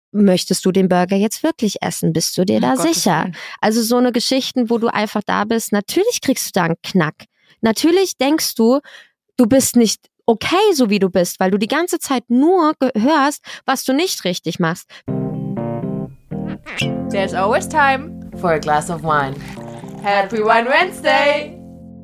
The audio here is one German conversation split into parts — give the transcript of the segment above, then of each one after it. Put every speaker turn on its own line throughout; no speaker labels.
möchtest du den Burger jetzt wirklich essen? Bist du dir da sicher? Also so eine Geschichten, wo du einfach da bist, natürlich kriegst du da einen Knack. Natürlich denkst du, du bist nicht okay, so wie du bist, weil du die ganze Zeit nur hörst, was du nicht richtig machst.
There's always time for a glass of wine. Happy Wine Wednesday!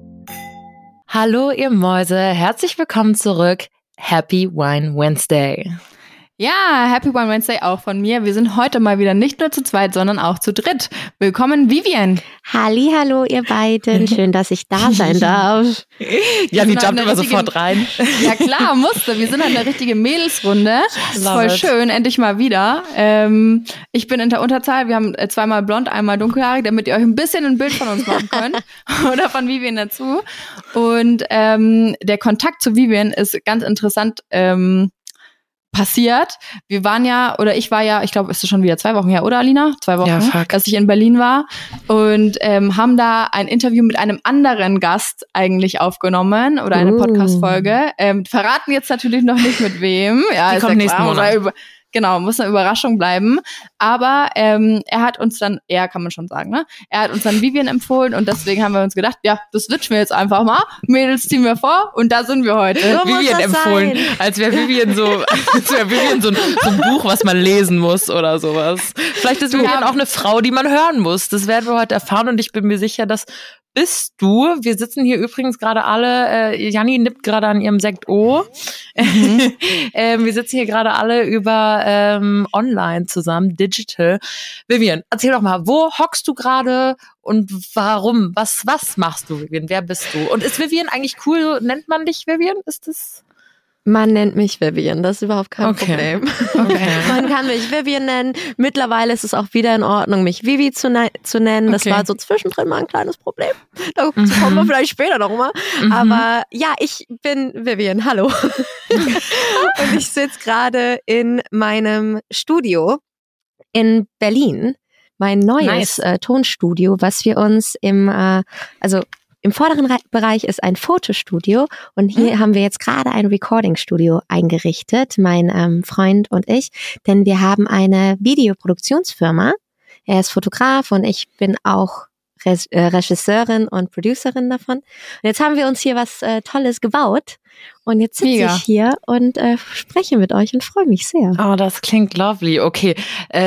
Hallo ihr Mäuse, herzlich willkommen zurück. Happy Wine Wednesday.
Ja, Happy Wine Wednesday auch von mir. Wir sind heute mal wieder nicht nur zu zweit, sondern auch zu dritt. Willkommen, Vivian.
Hallihallo, ihr beiden. Schön, dass ich da sein darf.
Ja, die jumpt immer sofort rein.
Ja klar, musste. Wir sind halt eine richtige Mädelsrunde. Voll schön, endlich mal wieder. Ich bin in der Unterzahl. Wir haben zweimal blond, einmal dunkelhaarig, damit ihr euch ein bisschen ein Bild von uns machen könnt. Oder von Vivian dazu. Und der Kontakt zu Vivian ist ganz interessant passiert. Wir waren ja, oder ich war ja, ich glaube, ist es schon wieder 2 Wochen her, oder Alina? 2 Wochen,
ja,
dass ich in Berlin war und haben da ein Interview mit einem anderen Gast eigentlich aufgenommen oder eine Podcast-Folge. Verraten jetzt natürlich noch nicht mit wem. Ja,
die kommt nächsten Monat.
Genau, muss eine Überraschung bleiben. Aber er hat uns dann, kann man schon sagen, ne? Er hat uns dann Vivian empfohlen und deswegen haben wir uns gedacht, ja, das switchen wir jetzt einfach mal. Mädels ziehen wir vor und da sind wir heute.
So
Vivian empfohlen, als wäre Vivian so ein Buch, was man lesen muss oder sowas. Vielleicht ist Vivian auch eine Frau, die man hören muss. Das werden wir heute erfahren und ich bin mir sicher, dass bist du. Wir sitzen hier übrigens gerade alle, Janni nippt gerade an ihrem Sekt O. Wir sitzen hier gerade alle über online zusammen, digital. Vivian, erzähl doch mal, wo hockst du gerade und warum? Was machst du, Vivian? Wer bist du? Und ist Vivian eigentlich cool? Nennt man dich Vivian? Ist das...
Man nennt mich Vivian, das ist überhaupt kein Problem. Okay. Man kann mich Vivian nennen. Mittlerweile ist es auch wieder in Ordnung, mich Vivi zu nennen. Das war so zwischendrin mal ein kleines Problem. Dazu kommen wir vielleicht später noch mal. Aber ja, ich bin Vivian, hallo. Und ich sitze gerade in meinem Studio in Berlin. Mein neues Tonstudio, was wir uns im vorderen Bereich ist ein Fotostudio und hier haben wir jetzt gerade ein Recording-Studio eingerichtet, mein Freund und ich, denn wir haben eine Videoproduktionsfirma. Er ist Fotograf und ich bin auch Regisseurin und Producerin davon. Und jetzt haben wir uns hier was Tolles gebaut und jetzt sitze ich hier und spreche mit euch und freue mich sehr.
Oh, das klingt lovely. Okay,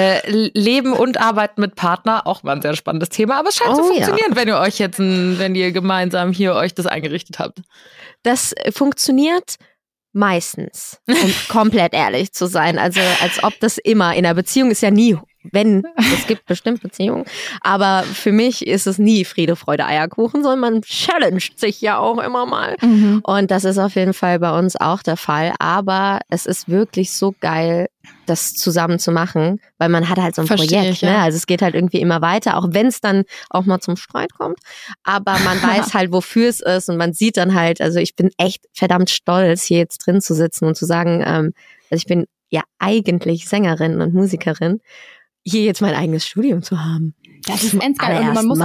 Leben und Arbeiten mit Partner, auch mal ein sehr spannendes Thema, aber es scheint zu funktionieren, wenn ihr gemeinsam hier euch das eingerichtet habt.
Das funktioniert meistens, um komplett ehrlich zu sein. Also als ob das immer in einer Beziehung ist ja nie, es gibt bestimmt Beziehungen, aber für mich ist es nie Friede, Freude, Eierkuchen, sondern man challenged sich ja auch immer mal. Und das ist auf jeden Fall bei uns auch der Fall, aber es ist wirklich so geil, das zusammen zu machen, weil man hat halt so ein Projekt, ne? Also es geht halt irgendwie immer weiter, auch wenn es dann auch mal zum Streit kommt, aber man weiß halt, wofür es ist und man sieht dann halt, also ich bin echt verdammt stolz, hier jetzt drin zu sitzen und zu sagen, also ich bin ja eigentlich Sängerin und Musikerin, hier jetzt mein eigenes Studium zu haben.
Das ist endgeil. Und man muss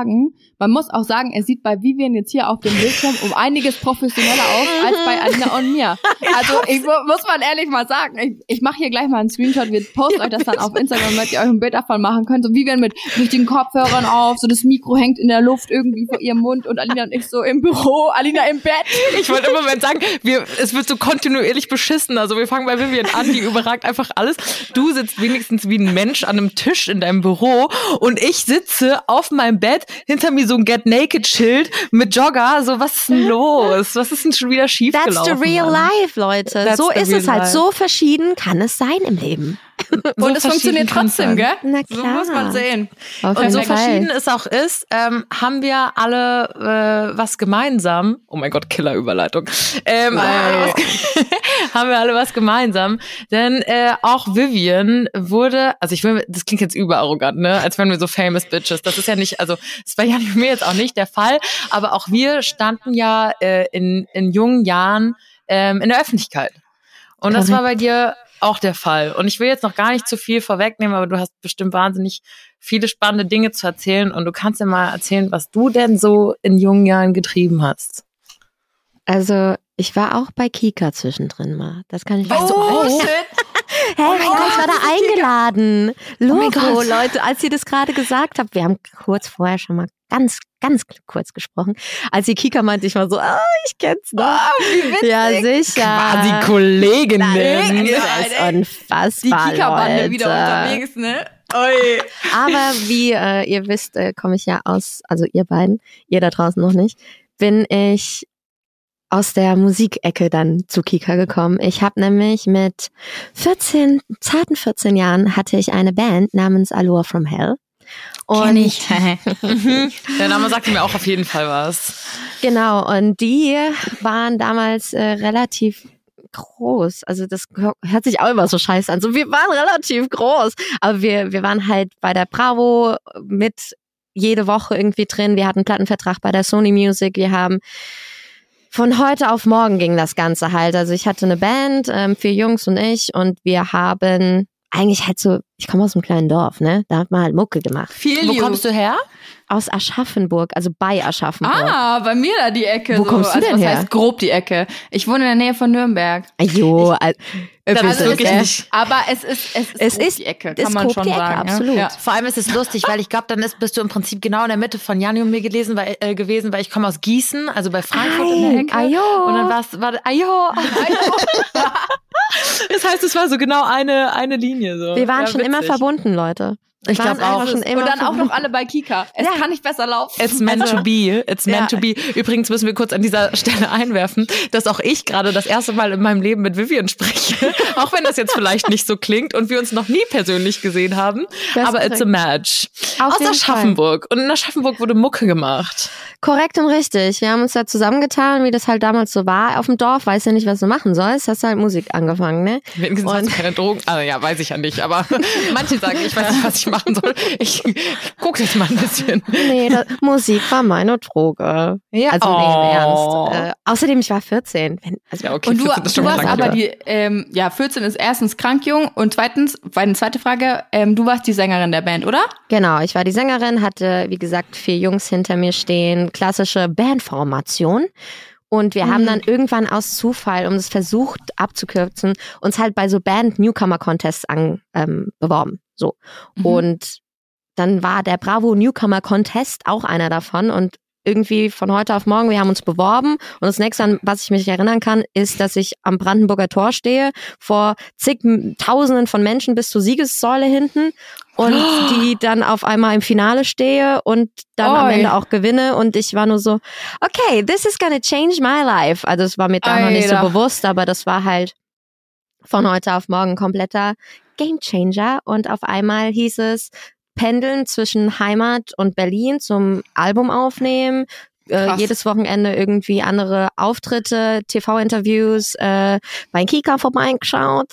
auch sagen, er sieht bei Vivian jetzt hier auf dem Bildschirm um einiges professioneller aus als bei Alina und mir. Also ich muss man ehrlich mal sagen, ich mache hier gleich mal einen Screenshot, wir posten euch das dann auf Instagram, damit ihr euch ein Bild davon machen könnt. So Vivian mit richtigen Kopfhörern auf, so das Mikro hängt in der Luft irgendwie vor ihrem Mund und Alina und ich so im Büro, Alina im Bett.
Ich wollte im Moment sagen, es wird so kontinuierlich beschissen. Also wir fangen bei Vivian an, die überragt einfach alles. Du sitzt wenigstens wie ein Mensch an einem Tisch in deinem Büro und ich sitze auf meinem Bett, hinter mir so ein Get-Naked-Schild mit Jogger. So, was ist denn los? Was ist denn schon wieder schiefgelaufen?
That's the real life, Leute. So ist es halt. So verschieden kann es sein im Leben.
Und es funktioniert trotzdem, gell?
Na klar.
So muss man sehen.
Und so verschieden es auch ist, haben wir alle was gemeinsam. Oh mein Gott, Killer-Überleitung. Haben wir alle was gemeinsam. Denn auch Vivian wurde, also das klingt jetzt überarrogant, ne? Als wären wir so famous bitches. Das ist ja nicht, also das war ja mir jetzt auch nicht der Fall. Aber auch wir standen ja in jungen Jahren in der Öffentlichkeit. Und das war bei dir auch der Fall. Und ich will jetzt noch gar nicht zu viel vorwegnehmen, aber du hast bestimmt wahnsinnig viele spannende Dinge zu erzählen. Und du kannst dir mal erzählen, was du denn so in jungen Jahren getrieben hast.
Also, ich war auch bei Kika zwischendrin mal. Das kann ich
shit.
ich war da eingeladen. Logo, Leute, als ihr das gerade gesagt habt, wir haben kurz vorher schon mal ganz kurz gesprochen. Als die Kika meinte, ich war so, ich kenn's noch.
Wie witzig.
Ja, sicher.
Quasi Kolleginnen.
Das ist unfassbar,
die Kika-Bande wieder unterwegs, ne? Oi.
Aber wie ihr wisst, komme ich ja also ihr beiden, ihr da draußen noch nicht, bin ich aus der Musikecke dann zu Kika gekommen. Ich habe nämlich mit zarten 14 Jahren hatte ich eine Band namens Allure from Hell.
Kenn ich. Der Name sagte mir auch auf jeden Fall was.
Genau, und die waren damals relativ groß. Also das hört sich auch immer so scheiße an. So, wir waren relativ groß, aber wir waren halt bei der Bravo mit jede Woche irgendwie drin. Wir hatten einen Plattenvertrag bei der Sony Music. Wir haben von heute auf morgen ging das Ganze halt. Also ich hatte eine Band, 4 Jungs und ich, und wir haben eigentlich halt so, ich komme aus einem kleinen Dorf, ne? Da hat man halt Mucke gemacht.
Wo kommst du her?
Aus Aschaffenburg, also bei Aschaffenburg.
Bei mir da die Ecke.
Wo kommst du denn her?
Was heißt grob die Ecke? Ich wohne in der Nähe von Nürnberg.
Jo,
das ist wirklich nicht.
Aber es ist die Ecke, kann man schon sagen.
Absolut.
Ja. Vor allem ist es lustig, weil ich glaube, dann bist du im Prinzip genau in der Mitte von Janni und mir gewesen, weil ich komme aus Gießen, also bei Frankfurt in der Ecke.
Ajo.
Und dann war Ajo. Das heißt, es war so genau eine Linie. So.
Wir waren schon immer verbunden, Leute.
Ich glaube auch.
Schon immer
und dann auch noch alle bei Kika. Es kann nicht besser laufen.
It's meant to be. It's meant to be. Übrigens müssen wir kurz an dieser Stelle einwerfen, dass auch ich gerade das erste Mal in meinem Leben mit Vivian spreche. Auch wenn das jetzt vielleicht nicht so klingt und wir uns noch nie persönlich gesehen haben. Aber it's a match. Aus Aschaffenburg. Und in Aschaffenburg wurde Mucke gemacht.
Korrekt und richtig. Wir haben uns da zusammengetan, wie das halt damals so war auf dem Dorf. Weiß ja nicht, was du machen sollst. Hast halt Musik angefangen, ne?
Wenigstens hast du keine Drogen. Also ja, weiß ich ja nicht. Aber manche sagen, ich weiß nicht, was ich machen soll. Ich guck jetzt mal ein bisschen.
Nee, Musik war meine Droge. Ja. Also nee, im Ernst. Außerdem, ich war 14.
Ja, okay,
und du warst aber 14 ist erstens krank jung und zweitens, eine zweite Frage, du warst die Sängerin der Band, oder?
Genau, ich war die Sängerin, hatte, wie gesagt, 4 Jungs hinter mir stehen, klassische Bandformation. Und wir haben dann irgendwann aus Zufall, um es versucht abzukürzen, uns halt bei so Band-Newcomer-Contests beworben. So. Und dann war der Bravo Newcomer Contest auch einer davon und irgendwie von heute auf morgen, wir haben uns beworben und das nächste, an was ich mich erinnern kann, ist, dass ich am Brandenburger Tor stehe, vor zigtausenden von Menschen bis zur Siegessäule hinten und die dann auf einmal im Finale stehe und dann am Ende auch gewinne und ich war nur so, okay, this is gonna change my life. Also es war mir da noch nicht so bewusst, aber das war halt von heute auf morgen kompletter Gamechanger und auf einmal hieß es, pendeln zwischen Heimat und Berlin zum Album aufnehmen, jedes Wochenende irgendwie andere Auftritte, TV-Interviews, bei Kika vorbeigeschaut.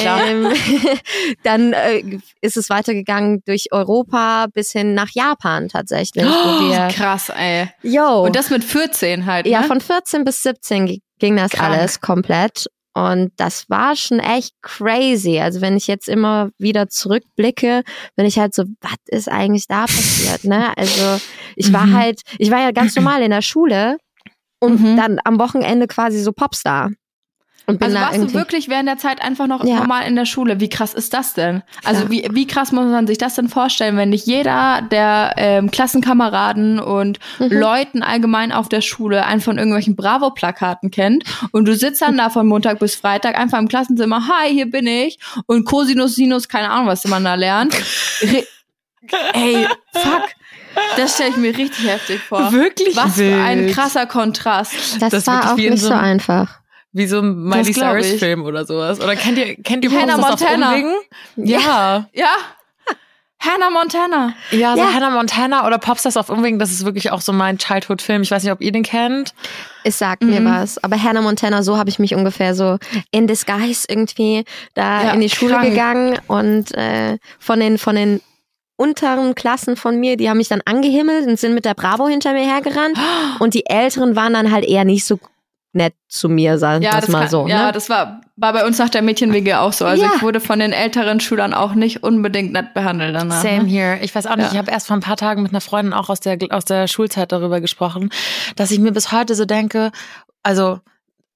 Dann ist es weitergegangen durch Europa bis hin nach Japan tatsächlich.
Krass, ey.
Yo.
Und das mit 14 halt, ne?
Ja, von 14 bis 17 ging das alles komplett. Und das war schon echt crazy. Also wenn ich jetzt immer wieder zurückblicke, bin ich halt so, was ist eigentlich da passiert, ne? Also ich war ja ganz normal in der Schule und dann am Wochenende quasi so Popstar. Und bin
also warst du wirklich während der Zeit einfach noch normal in der Schule? Wie krass ist das denn? Also wie krass muss man sich das denn vorstellen, wenn nicht jeder der Klassenkameraden und Leuten allgemein auf der Schule einen von irgendwelchen Bravo-Plakaten kennt und du sitzt dann da von Montag bis Freitag einfach im Klassenzimmer, hi, hier bin ich und Cosinus, Sinus, keine Ahnung, was man da lernt. Ey, fuck. Das stelle ich mir richtig heftig vor.
Wirklich
was für ein krasser Kontrast.
Das war auch nicht so einfach.
Wie so ein Miley Cyrus Film oder sowas. Oder kennt ihr
Hannah Montana?
Ja.
Hannah Montana.
Ja, so Hannah Montana oder Popstars auf Umwegen, das ist wirklich auch so mein Childhood-Film. Ich weiß nicht, ob ihr den kennt.
Es sagt mir was. Aber Hannah Montana, so habe ich mich ungefähr so in disguise irgendwie da in die Schule gegangen und von den unteren Klassen von mir, die haben mich dann angehimmelt und sind mit der Bravo hinter mir hergerannt und die Älteren waren dann halt eher nicht so nett zu mir, sagen wir mal so.
Ja,
ne?
das war bei uns nach der Mädchen-WG auch so. Also ich wurde von den älteren Schülern auch nicht unbedingt nett behandelt danach.
Same here. Ich weiß auch nicht, ich habe erst vor ein paar Tagen mit einer Freundin auch aus der Schulzeit darüber gesprochen, dass ich mir bis heute so denke, also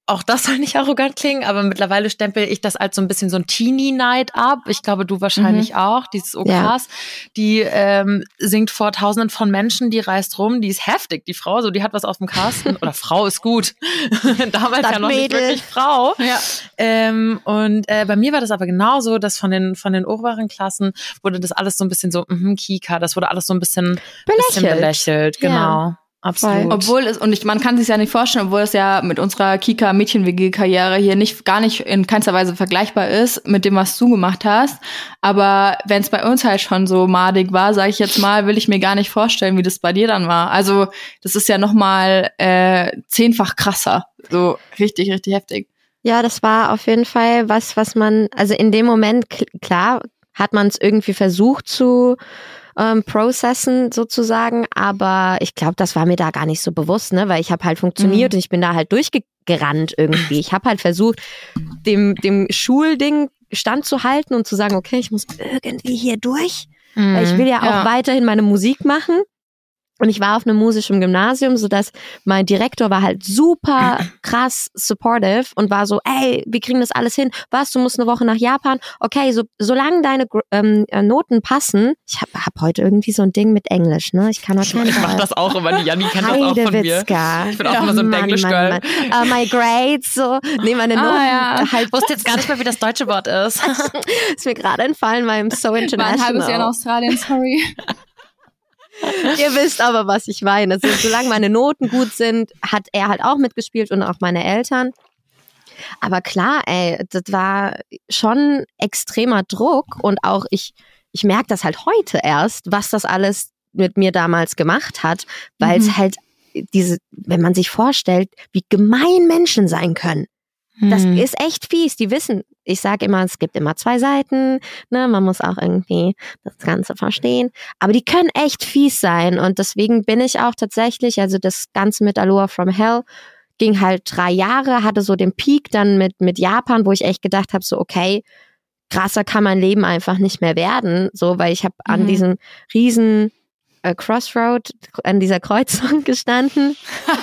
auch das soll nicht arrogant klingen, aber mittlerweile stempel ich das als so ein bisschen so ein Teenie-Night ab. Ich glaube, du wahrscheinlich auch. Die ist so krass. Die singt vor Tausenden von Menschen, die reist rum, die ist heftig, die Frau, so die hat was auf dem Kasten. Oder Frau ist gut. Damals das ja noch nicht wirklich Frau. Ja. Und bei mir war das aber genauso, dass von den oberen Klassen wurde das alles so ein bisschen so, Kika, das wurde alles so ein bisschen belächelt. Genau. Ja. Absolut.
Man kann sich ja nicht vorstellen, obwohl es ja mit unserer Kika-Mädchen-WG-Karriere hier gar nicht in keinster Weise vergleichbar ist mit dem, was du gemacht hast. Aber wenn es bei uns halt schon so madig war, sage ich jetzt mal, will ich mir gar nicht vorstellen, wie das bei dir dann war. Also das ist ja nochmal 10-fach krasser. So richtig, richtig heftig.
Ja, das war auf jeden Fall was man, also in dem Moment, klar, hat man es irgendwie versucht zu processen sozusagen, aber ich glaube, das war mir da gar nicht so bewusst, ne, weil ich habe halt funktioniert und ich bin da halt durchgerannt irgendwie. Ich habe halt versucht, dem Schulding standzuhalten und zu sagen, okay, ich muss irgendwie hier durch, weil ich will ja auch weiterhin meine Musik machen. Und ich war auf einem musischen Gymnasium, sodass mein Direktor war halt super krass supportive und war so, ey, wir kriegen das alles hin. Was, du musst eine Woche nach Japan? Okay, solange deine Noten passen. Ich hab heute irgendwie so ein Ding mit Englisch, ne? Ich kann heute
Ich mach das auch immer, die Janni kennt das auch von mir. Ich bin auch immer so ein Englisch-Girl.
My grades, so. Nee, meine Noten.
Ich wusste jetzt gar nicht mehr, wie das deutsche Wort ist.
Ist mir gerade entfallen, weil I'm so international.
War ein halbes Jahr in Australien, sorry.
Ihr wisst aber, was ich meine. Also, solange meine Noten gut sind, hat er halt auch mitgespielt und auch meine Eltern. Aber klar, ey, das war schon extremer Druck und auch ich merke das halt heute erst, was das alles mit mir damals gemacht hat, weil es halt wenn man sich vorstellt, wie gemein Menschen sein können. Das ist echt fies. Die wissen, ich sage immer, es gibt immer 2 Seiten, ne, man muss auch irgendwie das Ganze verstehen. Aber die können echt fies sein und deswegen bin ich auch tatsächlich, also das Ganze mit Aloha from Hell ging halt 3 Jahre, hatte so den Peak dann mit Japan, wo ich echt gedacht habe, so okay, krasser kann mein Leben einfach nicht mehr werden, so, weil ich habe an diesem riesen Crossroad, an dieser Kreuzung gestanden.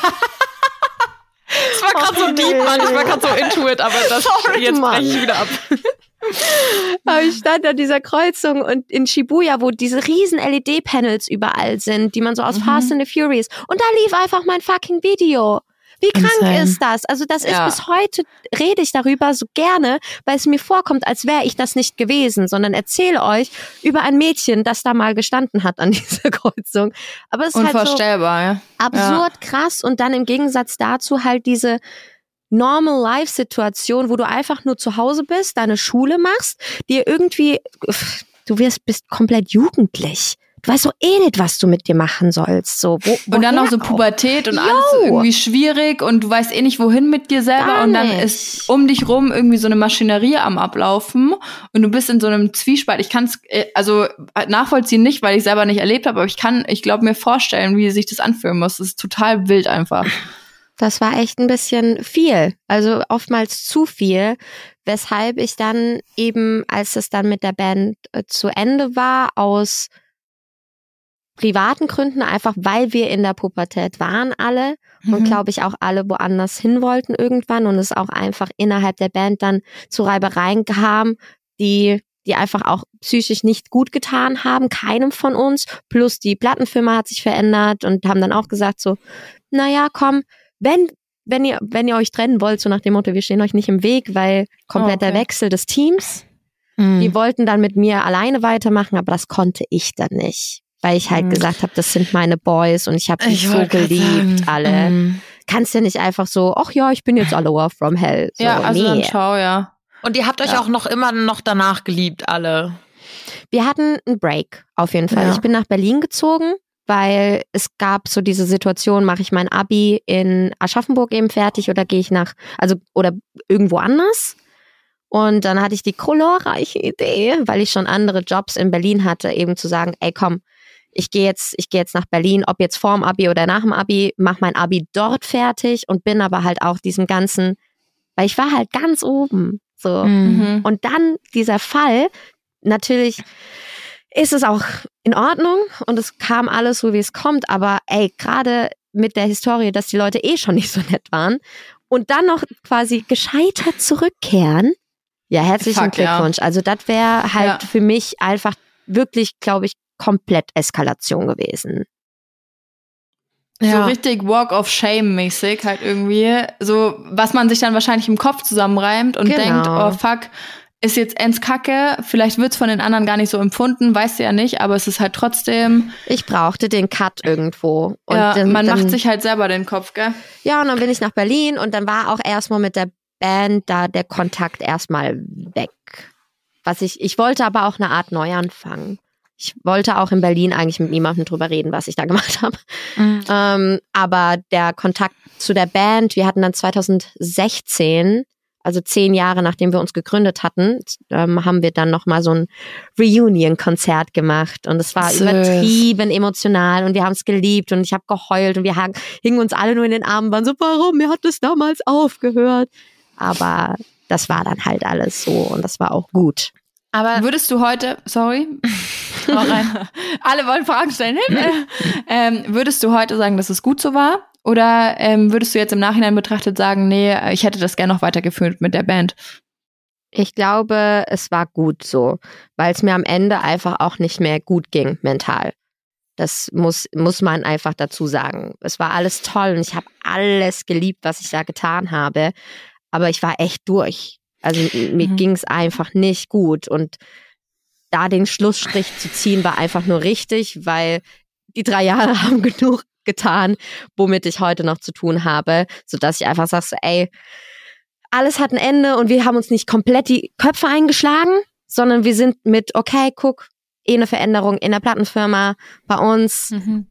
Es war gerade so deep, Mann. Ich war gerade so into it, aber jetzt breche ich wieder ab.
Aber ich stand an dieser Kreuzung und in Shibuya, wo diese riesen LED-Panels überall sind, die man so aus Fast and the Furious. Und da lief einfach mein fucking Video. Wie krank ist das? Also das ist bis heute, rede ich darüber so gerne, weil es mir vorkommt, als wäre ich das nicht gewesen, sondern erzähle euch über ein Mädchen, das da mal gestanden hat an dieser Kreuzung. Aber es ist
unvorstellbar,
halt so absurd krass und dann im Gegensatz dazu halt diese Normal-Life-Situation, wo du einfach nur zu Hause bist, deine Schule machst, dir irgendwie, bist komplett jugendlich. Du weißt doch eh nicht, was du mit dir machen sollst. So,
und dann noch so Pubertät und alles irgendwie schwierig und du weißt eh nicht, wohin mit dir selber. Und dann ist um dich rum irgendwie so eine Maschinerie am Ablaufen und du bist in so einem Zwiespalt. Ich kann es also nachvollziehen nicht, weil ich selber nicht erlebt habe, aber ich glaube mir vorstellen, wie sich das anfühlen muss. Das ist total wild einfach.
Das war echt ein bisschen viel, also oftmals zu viel, weshalb ich dann eben, als es dann mit der Band zu Ende war, aus privaten Gründen, einfach weil wir in der Pubertät waren alle und glaube ich auch alle woanders hin wollten irgendwann und es auch einfach innerhalb der Band dann zu Reibereien kam, die einfach auch psychisch nicht gut getan haben, keinem von uns, plus die Plattenfirma hat sich verändert und haben dann auch gesagt so, naja, komm, wenn ihr euch trennen wollt, so nach dem Motto, wir stehen euch nicht im Weg, weil kompletter Wechsel des Teams, die wollten dann mit mir alleine weitermachen, aber das konnte ich dann nicht. Weil ich halt gesagt habe, das sind meine Boys und ich habe die so geliebt, alle. Kannst ja nicht einfach so, ach ja, ich bin jetzt Aloha from Hell. So,
ja, also dann schau, ja.
Und ihr habt euch auch noch immer noch danach geliebt, alle?
Wir hatten einen Break, auf jeden Fall. Ja. Ich bin nach Berlin gezogen, weil es gab so diese Situation, mache ich mein Abi in Aschaffenburg eben fertig oder gehe ich oder irgendwo anders? Und dann hatte ich die glorreiche Idee, weil ich schon andere Jobs in Berlin hatte, eben zu sagen, ey komm, ich gehe jetzt nach Berlin, ob jetzt vorm Abi oder nach dem Abi, mach mein Abi dort fertig und bin aber halt auch diesem ganzen, weil ich war halt ganz oben, so. Und dann dieser Fall, natürlich ist es auch in Ordnung und es kam alles so, wie es kommt, aber ey, gerade mit der Historie, dass die Leute eh schon nicht so nett waren und dann noch quasi gescheitert zurückkehren. Ja, herzlichen Glückwunsch. Ja. Also das wäre halt für mich einfach wirklich, glaube ich, komplett Eskalation gewesen.
Ja. So richtig Walk of Shame-mäßig halt irgendwie. So, was man sich dann wahrscheinlich im Kopf zusammenreimt und denkt, oh fuck, ist jetzt ends Kacke. Vielleicht wird's von den anderen gar nicht so empfunden, weißt du ja nicht, aber es ist halt trotzdem...
Ich brauchte den Cut irgendwo. Und
ja, man macht sich halt selber den Kopf, gell?
Ja, und dann bin ich nach Berlin und dann war auch erstmal mit der Band da der Kontakt erstmal weg. Ich wollte aber auch eine Art Neuanfang. Ich wollte auch in Berlin eigentlich mit niemandem drüber reden, was ich da gemacht habe. Mhm. Aber der Kontakt zu der Band, wir hatten dann 2016, also 10 Jahre nachdem wir uns gegründet hatten, haben wir dann nochmal so ein Reunion-Konzert gemacht. Und es war übertrieben emotional und wir haben es geliebt und ich habe geheult und wir hingen uns alle nur in den Armen, waren so, warum? Mir hat das damals aufgehört. Aber das war dann halt alles so und das war auch gut.
Aber würdest du heute, sorry, alle wollen Fragen stellen, würdest du heute sagen, dass es gut so war? Oder würdest du jetzt im Nachhinein betrachtet sagen, nee, ich hätte das gerne noch weitergeführt mit der Band?
Ich glaube, es war gut so, weil es mir am Ende einfach auch nicht mehr gut ging, mental. Das muss man einfach dazu sagen. Es war alles toll und ich habe alles geliebt, was ich da getan habe, aber ich war echt durch. Also mir ging es einfach nicht gut und da den Schlussstrich zu ziehen war einfach nur richtig, weil die 3 Jahre haben genug getan, womit ich heute noch zu tun habe, sodass ich einfach sage so, ey, alles hat ein Ende und wir haben uns nicht komplett die Köpfe eingeschlagen, sondern wir sind mit, okay, guck, eine Veränderung in der Plattenfirma bei uns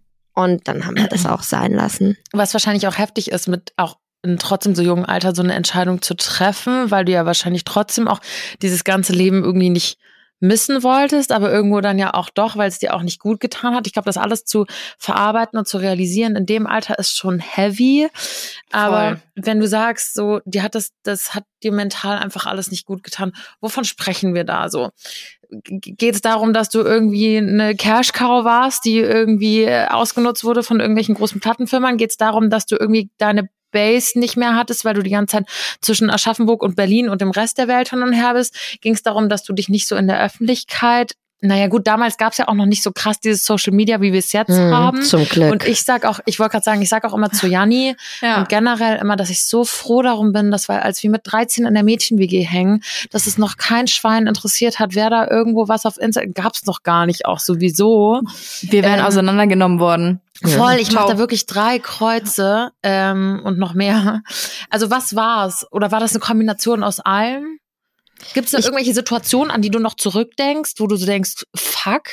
und dann haben wir das auch sein lassen.
Was wahrscheinlich auch heftig ist, mit auch in trotzdem so jungen Alter so eine Entscheidung zu treffen, weil du ja wahrscheinlich trotzdem auch dieses ganze Leben irgendwie nicht missen wolltest, aber irgendwo dann ja auch doch, weil es dir auch nicht gut getan hat. Ich glaube, das alles zu verarbeiten und zu realisieren in dem Alter ist schon heavy. Aber wenn du sagst, so, das hat dir mental einfach alles nicht gut getan, wovon sprechen wir da so? Geht es darum, dass du irgendwie eine Cash-Cow warst, die irgendwie ausgenutzt wurde von irgendwelchen großen Plattenfirmen? Geht es darum, dass du irgendwie deine Base nicht mehr hattest, weil du die ganze Zeit zwischen Aschaffenburg und Berlin und dem Rest der Welt hin und her bist? Ging es darum, dass du dich nicht so in der Öffentlichkeit... Naja gut, damals gab es ja auch noch nicht so krass dieses Social Media, wie wir es jetzt haben.
Zum Glück.
Und ich sag auch immer zu Janni und generell immer, dass ich so froh darum bin, dass wir, als wir mit 13 in der Mädchen-WG hängen, dass es noch kein Schwein interessiert hat, wer da irgendwo was auf Instagram, gab's noch gar nicht, auch sowieso.
Wir wären auseinandergenommen worden.
Voll, ich mache da wirklich 3 Kreuze und noch mehr. Also was war's? Oder war das eine Kombination aus allem? Gibt es da irgendwelche Situationen, an die du noch zurückdenkst, wo du so denkst, fuck?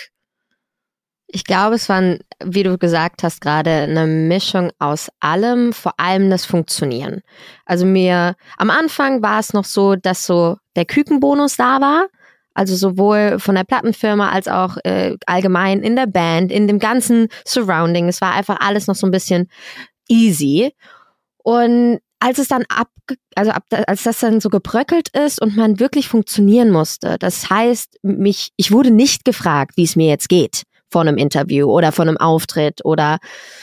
Ich glaube, es war, wie du gesagt hast, gerade eine Mischung aus allem, vor allem das Funktionieren. Also am Anfang war es noch so, dass so der Kükenbonus da war. Also sowohl von der Plattenfirma als auch allgemein in der Band, in dem ganzen Surrounding. Es war einfach alles noch so ein bisschen easy. Und als es dann als das dann so gebröckelt ist und man wirklich funktionieren musste, das heißt, ich wurde nicht gefragt, wie es mir jetzt geht vor einem Interview oder vor einem Auftritt oder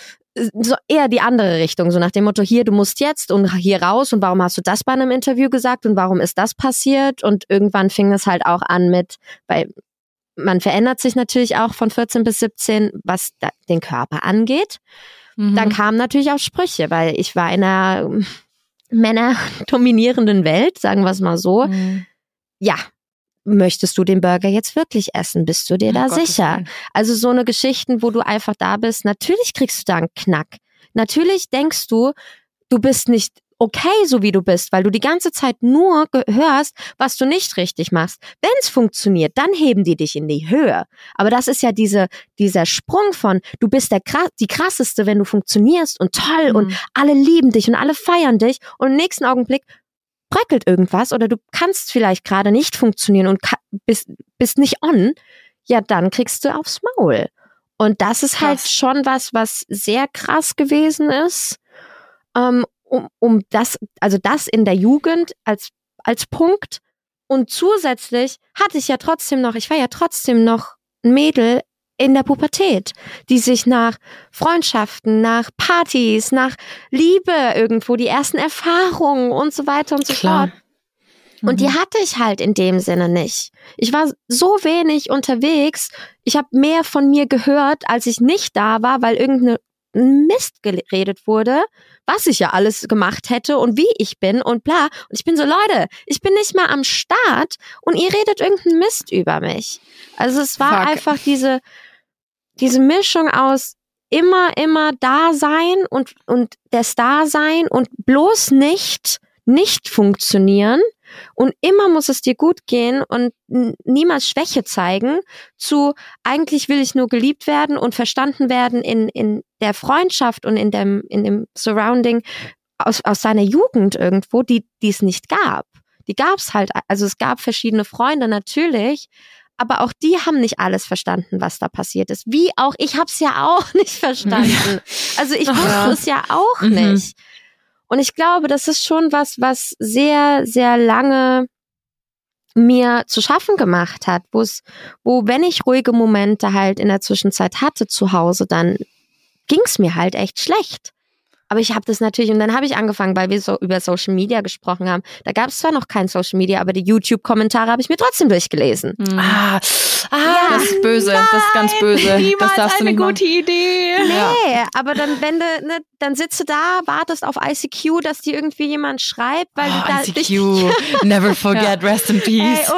so eher die andere Richtung, so nach dem Motto, hier, du musst jetzt und hier raus und warum hast du das bei einem Interview gesagt und warum ist das passiert? Und irgendwann fing es halt auch an weil man verändert sich natürlich auch von 14 bis 17, was den Körper angeht. Dann kamen natürlich auch Sprüche, weil ich war in einer männerdominierenden Welt, sagen wir es mal so. Ja, möchtest du den Burger jetzt wirklich essen? Bist du dir da sicher? Also so eine Geschichten, wo du einfach da bist, natürlich kriegst du da einen Knack. Natürlich denkst du, du bist nicht okay, so wie du bist, weil du die ganze Zeit nur hörst, was du nicht richtig machst. Wenn es funktioniert, dann heben die dich in die Höhe. Aber das ist ja dieser Sprung von, du bist die krasseste, wenn du funktionierst und toll und alle lieben dich und alle feiern dich und im nächsten Augenblick bröckelt irgendwas oder du kannst vielleicht gerade nicht funktionieren und bist nicht on, ja, dann kriegst du aufs Maul. Und das ist halt schon was sehr krass gewesen ist, das in der Jugend als Punkt. Und zusätzlich ich war ja trotzdem noch ein Mädel in der Pubertät, die sich nach Freundschaften, nach Partys, nach Liebe irgendwo, die ersten Erfahrungen und so weiter und so fort. Und die hatte ich halt in dem Sinne nicht. Ich war so wenig unterwegs. Ich habe mehr von mir gehört, als ich nicht da war, weil irgendeine Mist geredet wurde, was ich ja alles gemacht hätte und wie ich bin und bla. Und ich bin so, Leute, ich bin nicht mal am Start und ihr redet irgendeinen Mist über mich. Also es war einfach diese Mischung aus immer da sein und der Star sein und bloß nicht funktionieren. Und immer muss es dir gut gehen und niemals Schwäche zeigen, zu eigentlich will ich nur geliebt werden und verstanden werden in der Freundschaft und in dem Surrounding aus seiner Jugend irgendwo, die es nicht gab. Die gab's halt, also es gab verschiedene Freunde natürlich, aber auch die haben nicht alles verstanden, was da passiert ist. Wie auch, ich hab's ja auch nicht verstanden. Also ich wusste es ja auch nicht. Und ich glaube, das ist schon was sehr, sehr lange mir zu schaffen gemacht hat, wo wenn ich ruhige Momente halt in der Zwischenzeit hatte zu Hause, dann ging's mir halt echt schlecht. Aber ich habe das natürlich, und dann habe ich angefangen, weil wir so über Social Media gesprochen haben. Da gab es zwar noch kein Social Media, aber die YouTube-Kommentare habe ich mir trotzdem durchgelesen.
Ja, das ist böse, das ist ganz böse.
Niemals
das darfst
eine
du nicht
gute Idee.
Nee, aber dann, wenn du, ne, dann sitzt du da, wartest auf ICQ, dass dir irgendwie jemand schreibt, weil du da
ICQ, never forget, rest in peace.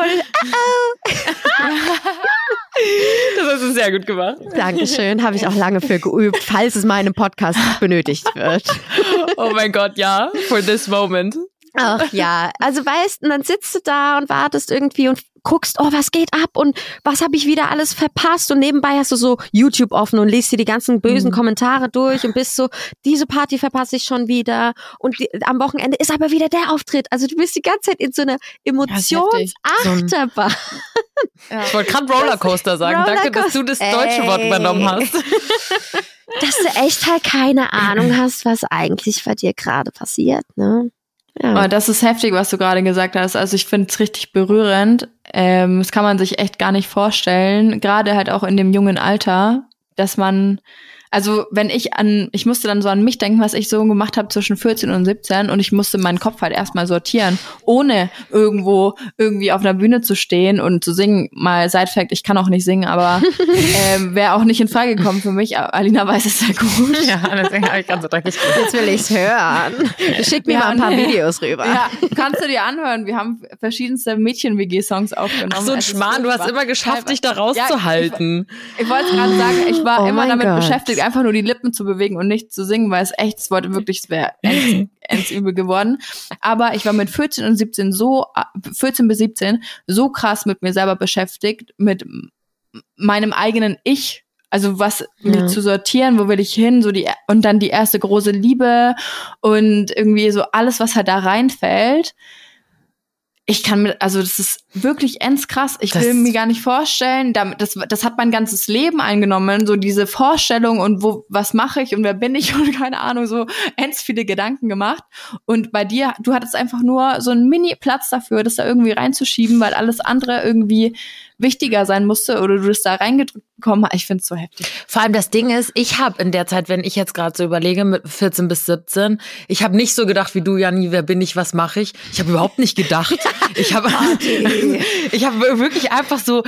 Das hast du sehr gut gemacht.
Dankeschön, habe ich auch lange für geübt, falls es mal in einem Podcast benötigt wird.
Oh mein Gott, ja, for this moment.
Ach ja, also weißt, und dann sitzt du da und wartest irgendwie und guckst, oh, was geht ab und was habe ich wieder alles verpasst, und nebenbei hast du so YouTube offen und liest dir die ganzen bösen Kommentare durch und bist so, diese Party verpasse ich schon wieder und am Wochenende ist aber wieder der Auftritt. Also du bist die ganze Zeit in so einer Emotionsachterbahn.
Ich wollte gerade Rollercoaster sagen. Danke, dass du das deutsche Wort übernommen hast.
Dass du echt halt keine Ahnung hast, was eigentlich bei dir gerade passiert, ne? Ja.
Oh, das ist heftig, was du gerade gesagt hast. Also ich finde es richtig berührend. Das kann man sich echt gar nicht vorstellen. Gerade halt auch in dem jungen Alter, dass man, also wenn ich musste dann so an mich denken, was ich so gemacht habe zwischen 14 und 17, und ich musste meinen Kopf halt erstmal sortieren, ohne irgendwie auf einer Bühne zu stehen und zu singen. Mal Side-Fact, ich kann auch nicht singen, aber wäre auch nicht in Frage gekommen für mich. Alina weiß es sehr gut.
Ja, deswegen habe ich ganz so dreckig gut.
Jetzt will ich's hören. Schick mir mal ein paar Videos rüber.
Ja, kannst du dir anhören. Wir haben verschiedenste Mädchen-WG-Songs aufgenommen.
Ach so ein Schmarrn, du hast immer geschafft, dich da rauszuhalten.
Ja, ich wollte es gerade sagen, ich war immer damit beschäftigt, einfach nur die Lippen zu bewegen und nicht zu singen, weil es wäre ends übel geworden. Aber ich war mit 14 bis 17 so krass mit mir selber beschäftigt, mit meinem eigenen Ich. Also mich zu sortieren, wo will ich hin, und dann die erste große Liebe und irgendwie so alles, was halt da reinfällt. Das ist wirklich krass. Ich will mir gar nicht vorstellen, das hat mein ganzes Leben eingenommen, so diese Vorstellung und was mache ich und wer bin ich und keine Ahnung, so viele Gedanken gemacht. Und bei dir, du hattest einfach nur so einen Mini-Platz dafür, das da irgendwie reinzuschieben, weil alles andere irgendwie wichtiger sein musste oder du das da reingedrückt bekommen hast. Ich finde es so heftig.
Vor allem das Ding ist, ich habe in der Zeit, wenn ich jetzt gerade so überlege, mit 14 bis 17, ich habe nicht so gedacht wie du, Janni, wer bin ich, was mache ich? Ich habe überhaupt nicht gedacht. Ich habe wirklich einfach so,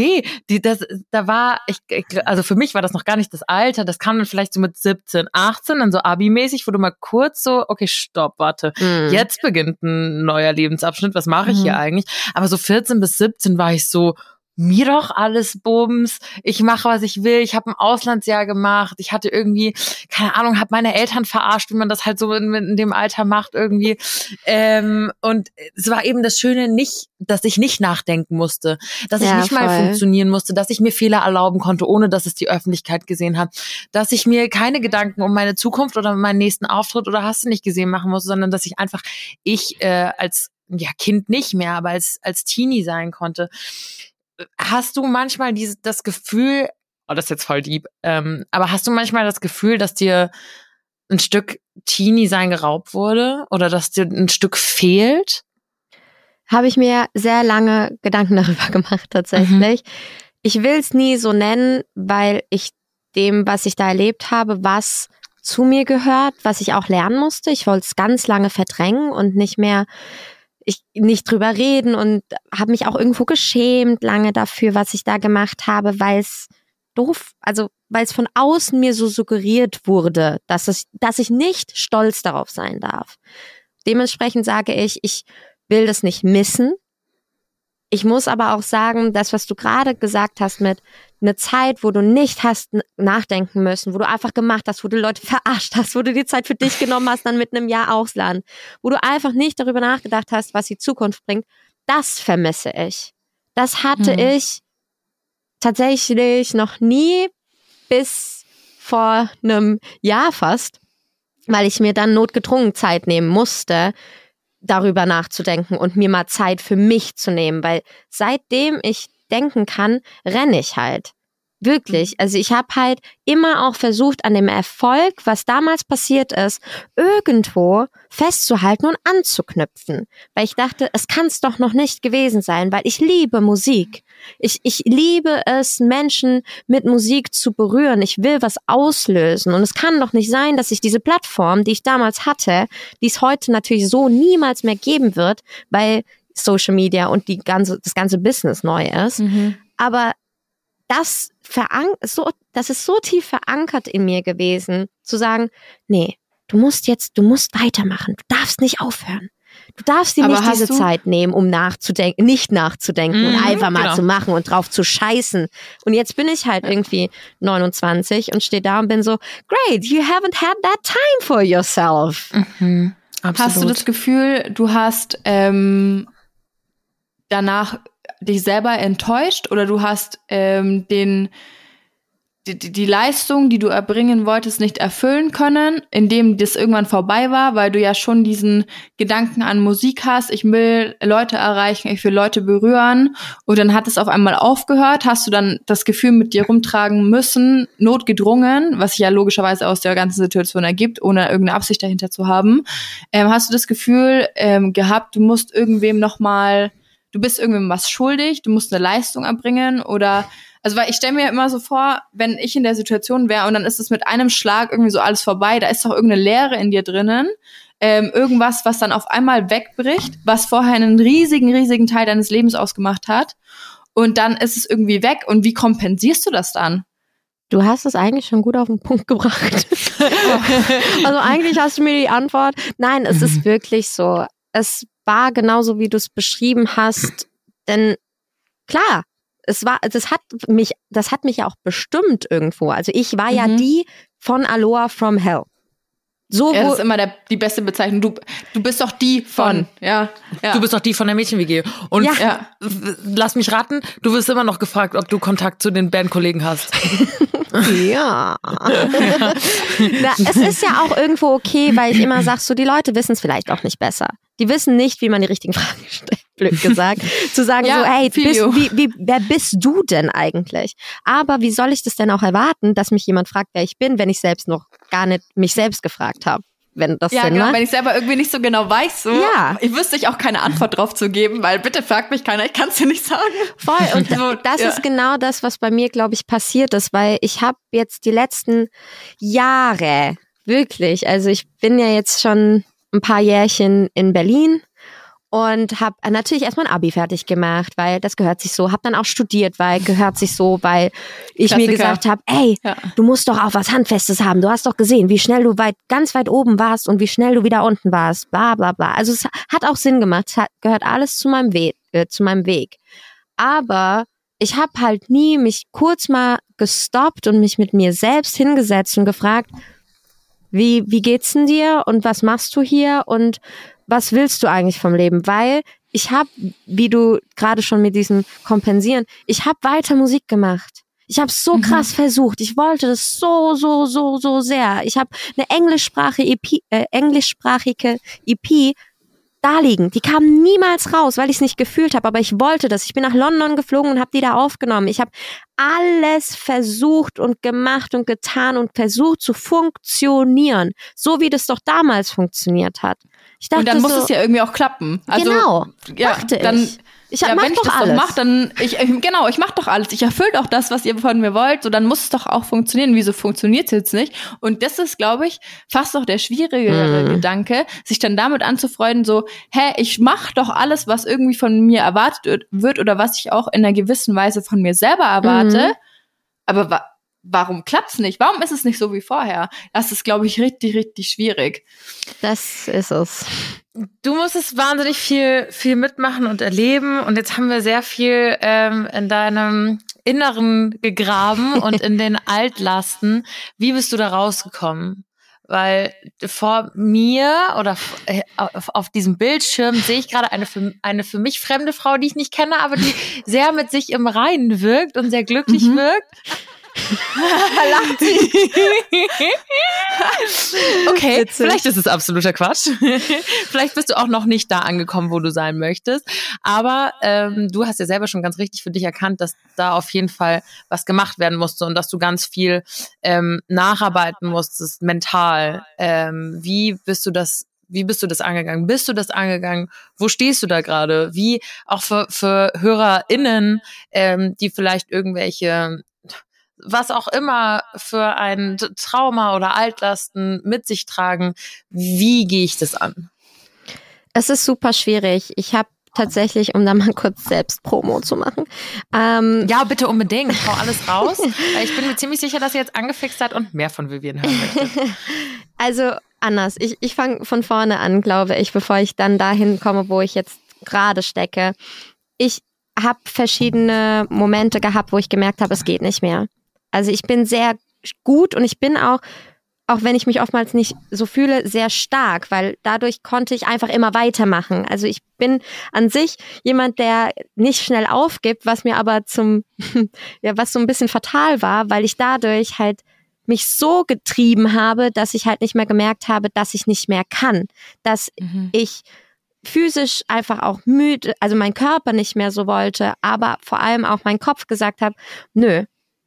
also für mich war das noch gar nicht das Alter, das kam dann vielleicht so mit 17, 18, dann so Abi-mäßig, wo du mal kurz so, okay, stopp, warte, jetzt beginnt ein neuer Lebensabschnitt, was mache ich hier eigentlich? Aber so 14 bis 17 war ich so, mir doch alles Bums, ich mache, was ich will, ich habe ein Auslandsjahr gemacht, ich hatte irgendwie, keine Ahnung, habe meine Eltern verarscht, wie man das halt so in dem Alter macht irgendwie, und es war eben das Schöne dass ich nicht nachdenken musste, dass ich nicht mal funktionieren musste, dass ich mir Fehler erlauben konnte, ohne dass es die Öffentlichkeit gesehen hat, dass ich mir keine Gedanken um meine Zukunft oder meinen nächsten Auftritt oder hast du nicht gesehen machen musste, sondern dass ich einfach als Kind nicht mehr, aber als Teenie sein konnte. Hast du manchmal das Gefühl, das ist jetzt voll deep, aber hast du manchmal das Gefühl, dass dir ein Stück Teenie-Sein geraubt wurde oder dass dir ein Stück fehlt?
Habe ich mir sehr lange Gedanken darüber gemacht, tatsächlich. ich will es nie so nennen, weil ich dem, was ich da erlebt habe, was zu mir gehört, was ich auch lernen musste. Ich wollte es ganz lange verdrängen und nicht drüber reden und habe mich auch irgendwo geschämt lange dafür, was ich da gemacht habe, weil es von außen mir so suggeriert wurde, dass ich nicht stolz darauf sein darf. Dementsprechend sage ich will das nicht missen. Ich muss aber auch sagen, das, was du gerade gesagt hast mit einer Zeit, wo du nicht hast nachdenken müssen, wo du einfach gemacht hast, wo du Leute verarscht hast, wo du die Zeit für dich genommen hast, dann mit einem Jahr Ausland, wo du einfach nicht darüber nachgedacht hast, was die Zukunft bringt, das vermisse ich. Das hatte ich tatsächlich noch nie bis vor einem Jahr fast, weil ich mir dann notgedrungen Zeit nehmen musste, darüber nachzudenken und mir mal Zeit für mich zu nehmen, weil seitdem ich denken kann, renne ich halt. Wirklich. Also ich habe halt immer auch versucht, an dem Erfolg, was damals passiert ist, irgendwo festzuhalten und anzuknüpfen. Weil ich dachte, es kann es doch noch nicht gewesen sein, weil ich liebe Musik. Ich liebe es, Menschen mit Musik zu berühren. Ich will was auslösen. Und es kann doch nicht sein, dass ich diese Plattform, die ich damals hatte, die es heute natürlich so niemals mehr geben wird, weil Social Media und das ganze Business neu ist. Aber das ist so tief verankert in mir gewesen, zu sagen, nee, du musst weitermachen, du darfst nicht aufhören. Du darfst dir nicht diese Zeit nehmen, um nicht nachzudenken und einfach mal zu machen und drauf zu scheißen. Und jetzt bin ich halt irgendwie 29 und stehe da und bin so, great, you haven't had that time for yourself.
Hast du das Gefühl, du hast danach dich selber enttäuscht oder du hast die Leistung, die du erbringen wolltest, nicht erfüllen können, indem das irgendwann vorbei war, weil du ja schon diesen Gedanken an Musik hast, ich will Leute erreichen, ich will Leute berühren und dann hat es auf einmal aufgehört, hast du dann das Gefühl mit dir rumtragen müssen, notgedrungen, was sich ja logischerweise aus der ganzen Situation ergibt, ohne irgendeine Absicht dahinter zu haben, hast du das Gefühl gehabt, du bist irgendwem was schuldig, du musst eine Leistung erbringen oder, also weil ich stelle mir immer so vor, wenn ich in der Situation wäre und dann ist es mit einem Schlag irgendwie so alles vorbei, da ist doch irgendeine Leere in dir drinnen, irgendwas, was dann auf einmal wegbricht, was vorher einen riesigen Teil deines Lebens ausgemacht hat und dann ist es irgendwie weg und wie kompensierst du das dann?
Du hast es eigentlich schon gut auf den Punkt gebracht. Also eigentlich hast du mir die Antwort. Nein, es ist wirklich so. Es war genauso, wie du es beschrieben hast, denn klar, das hat mich ja auch bestimmt irgendwo. Also ich war ja die von Aloha from Hell.
So, das ist immer die beste Bezeichnung. Du bist doch die von. Ja.
Du bist doch die von der Mädchen-WG. Und lass mich raten, du wirst immer noch gefragt, ob du Kontakt zu den Bandkollegen hast.
Ja. Es ist ja auch irgendwo okay, weil ich immer sag, so die Leute wissen es vielleicht auch nicht besser. Die wissen nicht, wie man die richtigen Fragen stellt, blöd gesagt. Zu sagen so, hey, wer bist du denn eigentlich? Aber wie soll ich das denn auch erwarten, dass mich jemand fragt, wer ich bin, wenn ich selbst noch gar nicht mich selbst gefragt habe? Wenn das Sinn macht.
Wenn ich selber irgendwie nicht so genau weiß, so. Ja. Ich wüsste ich auch keine Antwort drauf zu geben, weil bitte fragt mich keiner, ich kann es dir nicht sagen.
Voll. Und das ist genau das, was bei mir, glaube ich, passiert ist, weil ich habe jetzt die letzten Jahre, wirklich, also ich bin ja jetzt schon ein paar Jährchen in Berlin und habe natürlich erstmal ein Abi fertig gemacht, weil das gehört sich so. Habe dann auch studiert, weil gehört sich so, weil ich mir gesagt habe, ey, du musst doch auch was Handfestes haben. Du hast doch gesehen, wie schnell du ganz weit oben warst und wie schnell du wieder unten warst. Bla bla bla. Also es hat auch Sinn gemacht. Es gehört alles zu meinem Weg. Aber ich habe halt nie mich kurz mal gestoppt und mich mit mir selbst hingesetzt und gefragt, wie geht's denn dir und was machst du hier und was willst du eigentlich vom Leben? Weil ich habe, wie du gerade schon mit diesem Kompensieren, ich habe weiter Musik gemacht. Ich habe so krass versucht. Ich wollte das so sehr. Ich habe eine englischsprachige EP da liegen. Die kam niemals raus, weil ich es nicht gefühlt habe, aber ich wollte das. Ich bin nach London geflogen und habe die da aufgenommen. Ich habe alles versucht und gemacht und getan und versucht zu funktionieren, so wie das doch damals funktioniert hat. Ich dachte
und dann muss es ja irgendwie auch klappen. Also,
genau, dachte
dann,
ich.
wenn ich das alles. Doch mache, dann ich mache doch alles. Ich erfülle doch das, was ihr von mir wollt. So, dann muss es doch auch funktionieren. Wieso funktioniert es jetzt nicht? Und das ist, glaube ich, fast auch der schwierigere Gedanke, sich dann damit anzufreunden, so, ich mache doch alles, was irgendwie von mir erwartet wird oder was ich auch in einer gewissen Weise von mir selber erwarte. Aber warum klappt's nicht? Warum ist es nicht so wie vorher? Das ist, glaube ich, richtig, richtig schwierig.
Das ist es.
Du musstest wahnsinnig viel mitmachen und erleben und jetzt haben wir sehr viel in deinem Inneren gegraben und in den Altlasten. Wie bist du da rausgekommen? Weil vor mir oder auf diesem Bildschirm sehe ich gerade eine für mich fremde Frau, die ich nicht kenne, aber die sehr mit sich im Reinen wirkt und sehr glücklich wirkt.
Lacht sie.
Okay, vielleicht ist es absoluter Quatsch. Vielleicht bist du auch noch nicht da angekommen, wo du sein möchtest. Aber du hast ja selber schon ganz richtig für dich erkannt, dass da auf jeden Fall was gemacht werden musste und dass du ganz viel nacharbeiten musstest, mental. Wie bist du das angegangen? Bist du das angegangen? Wo stehst du da gerade? Wie auch für HörerInnen, die vielleicht irgendwelche was auch immer für ein Trauma oder Altlasten mit sich tragen, wie gehe ich das an?
Es ist super schwierig. Ich habe tatsächlich, um da mal kurz selbst Promo zu machen.
Ja, bitte unbedingt. Hau alles raus. Ich bin mir ziemlich sicher, dass ihr jetzt angefixt seid und mehr von Vivian hören möchtet.
Also anders. Ich fange von vorne an, glaube ich, bevor ich dann dahin komme, wo ich jetzt gerade stecke. Ich habe verschiedene Momente gehabt, wo ich gemerkt habe, es geht nicht mehr. Also ich bin sehr gut und ich bin auch wenn ich mich oftmals nicht so fühle, sehr stark, weil dadurch konnte ich einfach immer weitermachen. Also ich bin an sich jemand, der nicht schnell aufgibt, was mir aber was so ein bisschen fatal war, weil ich dadurch halt mich so getrieben habe, dass ich halt nicht mehr gemerkt habe, dass ich nicht mehr kann, dass ich physisch einfach auch müde, also mein Körper nicht mehr so wollte, aber vor allem auch mein Kopf gesagt hat, nö.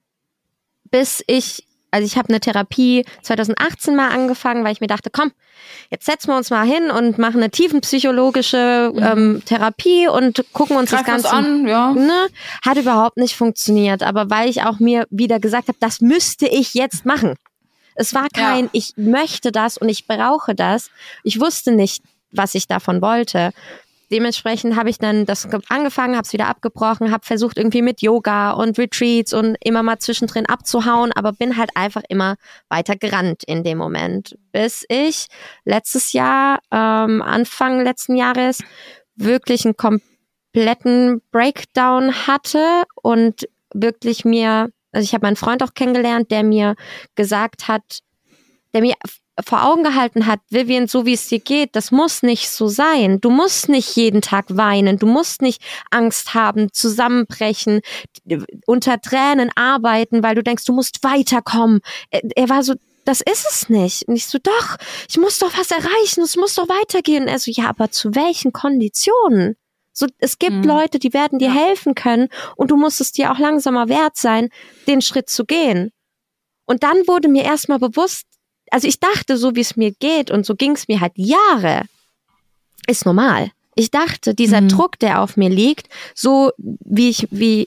Ich habe eine Therapie 2018 mal angefangen, weil ich mir dachte, komm, jetzt setzen wir uns mal hin und machen eine tiefenpsychologische Therapie und gucken uns das Ganze
an. Ja.
Ne? Hat überhaupt nicht funktioniert, aber weil ich auch mir wieder gesagt habe, das müsste ich jetzt machen. Es war ich möchte das und ich brauche das. Ich wusste nicht, was ich davon wollte. Dementsprechend habe ich dann das angefangen, habe es wieder abgebrochen, habe versucht irgendwie mit Yoga und Retreats und immer mal zwischendrin abzuhauen, aber bin halt einfach immer weiter gerannt in dem Moment, bis ich letztes Jahr, Anfang letzten Jahres, wirklich einen kompletten Breakdown hatte und wirklich ich habe meinen Freund auch kennengelernt, der mir gesagt hat, der mir vor Augen gehalten hat, Vivian, so wie es dir geht, das muss nicht so sein. Du musst nicht jeden Tag weinen, du musst nicht Angst haben, zusammenbrechen, unter Tränen arbeiten, weil du denkst, du musst weiterkommen. Er war so, das ist es nicht. Und ich so, doch, ich muss doch was erreichen, es muss doch weitergehen. Und er so, ja, aber zu welchen Konditionen? So, es gibt Leute, die werden dir helfen können und du musst es dir auch langsamer wert sein, den Schritt zu gehen. Und dann wurde mir erstmal bewusst, also ich dachte, so wie es mir geht und so ging es mir halt Jahre, ist normal. Ich dachte, dieser Druck, der auf mir liegt, so wie ich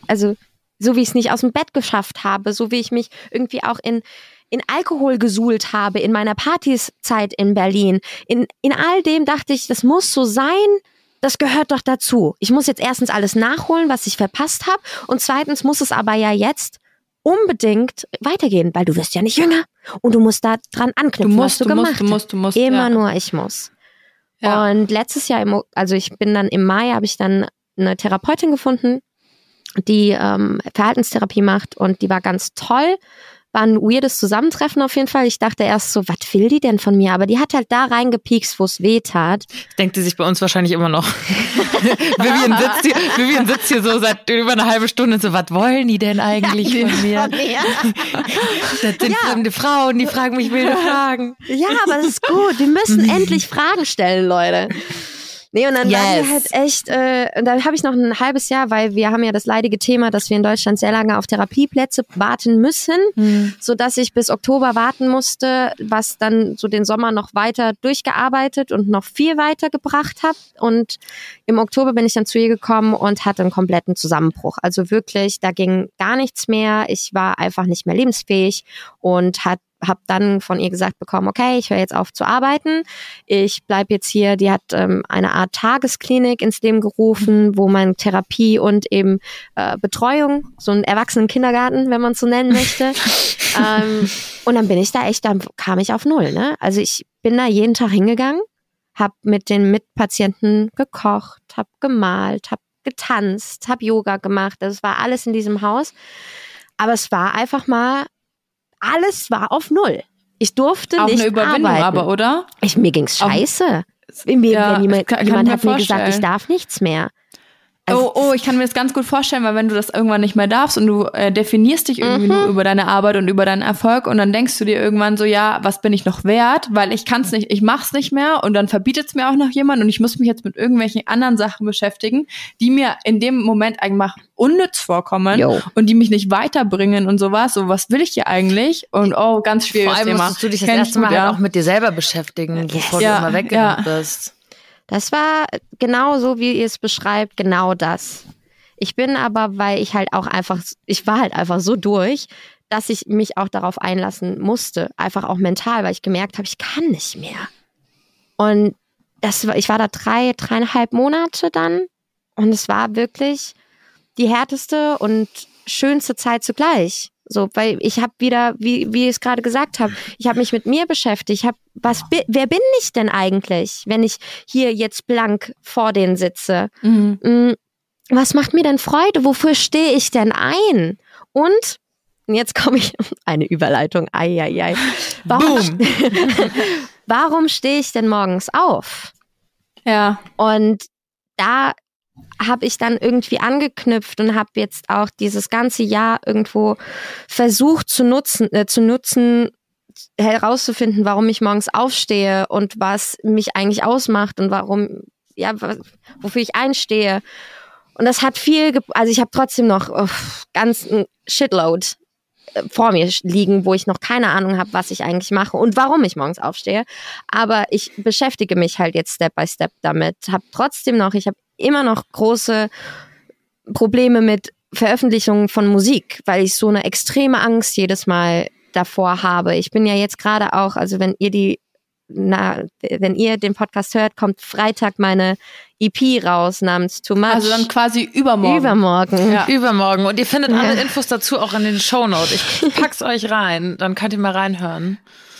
es nicht aus dem Bett geschafft habe, so wie ich mich irgendwie auch in Alkohol gesuhlt habe, in meiner Partyzeit in Berlin, in all dem dachte ich, das muss so sein, das gehört doch dazu. Ich muss jetzt erstens alles nachholen, was ich verpasst habe und zweitens muss es aber ja jetzt unbedingt weitergehen, weil du wirst ja nicht jünger und du musst da dran anknüpfen, was du gemacht hast. Immer nur ich muss. Ja. Und letztes Jahr, im Mai habe ich dann eine Therapeutin gefunden, die Verhaltenstherapie macht und die war ganz toll. War ein weirdes Zusammentreffen auf jeden Fall. Ich dachte erst so, was will die denn von mir? Aber die hat halt da reingepiekst, wo es weh tat.
Denkt sie sich bei uns wahrscheinlich immer noch. Vivian sitzt hier so seit über eine halbe Stunde und so, was wollen die denn eigentlich von mir? Das sind fremde Frauen, die fragen mich wilde Fragen.
Ja, aber das ist gut. Wir müssen endlich Fragen stellen, Leute. Nee, und dann waren wir halt echt, und dann habe ich noch ein halbes Jahr, weil wir haben ja das leidige Thema, dass wir in Deutschland sehr lange auf Therapieplätze warten müssen, sodass ich bis Oktober warten musste, was dann so den Sommer noch weiter durchgearbeitet und noch viel weiter gebracht hat. Und im Oktober bin ich dann zu ihr gekommen und hatte einen kompletten Zusammenbruch. Also wirklich, da ging gar nichts mehr. Ich war einfach nicht mehr lebensfähig und habe dann von ihr gesagt bekommen, okay, ich höre jetzt auf zu arbeiten, ich bleibe jetzt hier. Die hat eine Art Tagesklinik ins Leben gerufen, wo man Therapie und eben Betreuung, so einen Erwachsenen-Kindergarten, wenn man es so nennen möchte. Und dann bin ich da echt, dann kam ich auf 0. Ne? Also ich bin da jeden Tag hingegangen, habe mit den Mitpatienten gekocht, habe gemalt, habe getanzt, habe Yoga gemacht. Das war alles in diesem Haus. Aber es war einfach mal, alles war auf 0. Ich durfte auch nicht eine Überwindung arbeiten.
Aber, oder?
Mir ging's scheiße. Wenn jemand hat mir gesagt, ich darf nichts mehr.
Also ich kann mir das ganz gut vorstellen, weil wenn du das irgendwann nicht mehr darfst und du definierst dich irgendwie nur über deine Arbeit und über deinen Erfolg und dann denkst du dir irgendwann so, ja, was bin ich noch wert? Weil ich kann's nicht, ich mach's nicht mehr und dann verbietet es mir auch noch jemand und ich muss mich jetzt mit irgendwelchen anderen Sachen beschäftigen, die mir in dem Moment einfach unnütz vorkommen und die mich nicht weiterbringen und sowas. So, was will ich hier eigentlich? Und ganz schwieriges Thema.
Vor allem musstest du dich das erste Mal halt auch mit dir selber beschäftigen, bevor du mal weggegangen bist.
Das war genau so, wie ihr es beschreibt, genau das. Ich bin aber, weil ich war halt einfach so durch, dass ich mich auch darauf einlassen musste. Einfach auch mental, weil ich gemerkt habe, ich kann nicht mehr. Und ich war da 3,5 Monate dann und es war wirklich die härteste und schönste Zeit zugleich. So, weil ich habe wieder, wie ich es gerade gesagt habe, ich habe mich mit mir beschäftigt. Wer bin ich denn eigentlich, wenn ich hier jetzt blank vor denen sitze? Was macht mir denn Freude? Wofür stehe ich denn ein? Und jetzt komme ich, eine Überleitung, Warum stehe ich denn morgens auf?
Ja.
Und da habe ich dann irgendwie angeknüpft und habe jetzt auch dieses ganze Jahr irgendwo versucht zu nutzen, herauszufinden, warum ich morgens aufstehe und was mich eigentlich ausmacht und wofür ich einstehe. Und das hat also ich habe trotzdem noch ganz ein Shitload vor mir liegen, wo ich noch keine Ahnung habe, was ich eigentlich mache und warum ich morgens aufstehe. Aber ich beschäftige mich halt jetzt Step by Step damit. Ich habe immer noch große Probleme mit Veröffentlichungen von Musik, weil ich so eine extreme Angst jedes Mal davor habe. Ich bin ja jetzt gerade auch, also wenn ihr den Podcast hört, kommt Freitag meine EP raus namens Too Much.
Also dann quasi übermorgen.
Übermorgen. Und ihr findet alle Infos dazu auch in den Shownotes. Ich pack's euch rein, dann könnt ihr mal reinhören.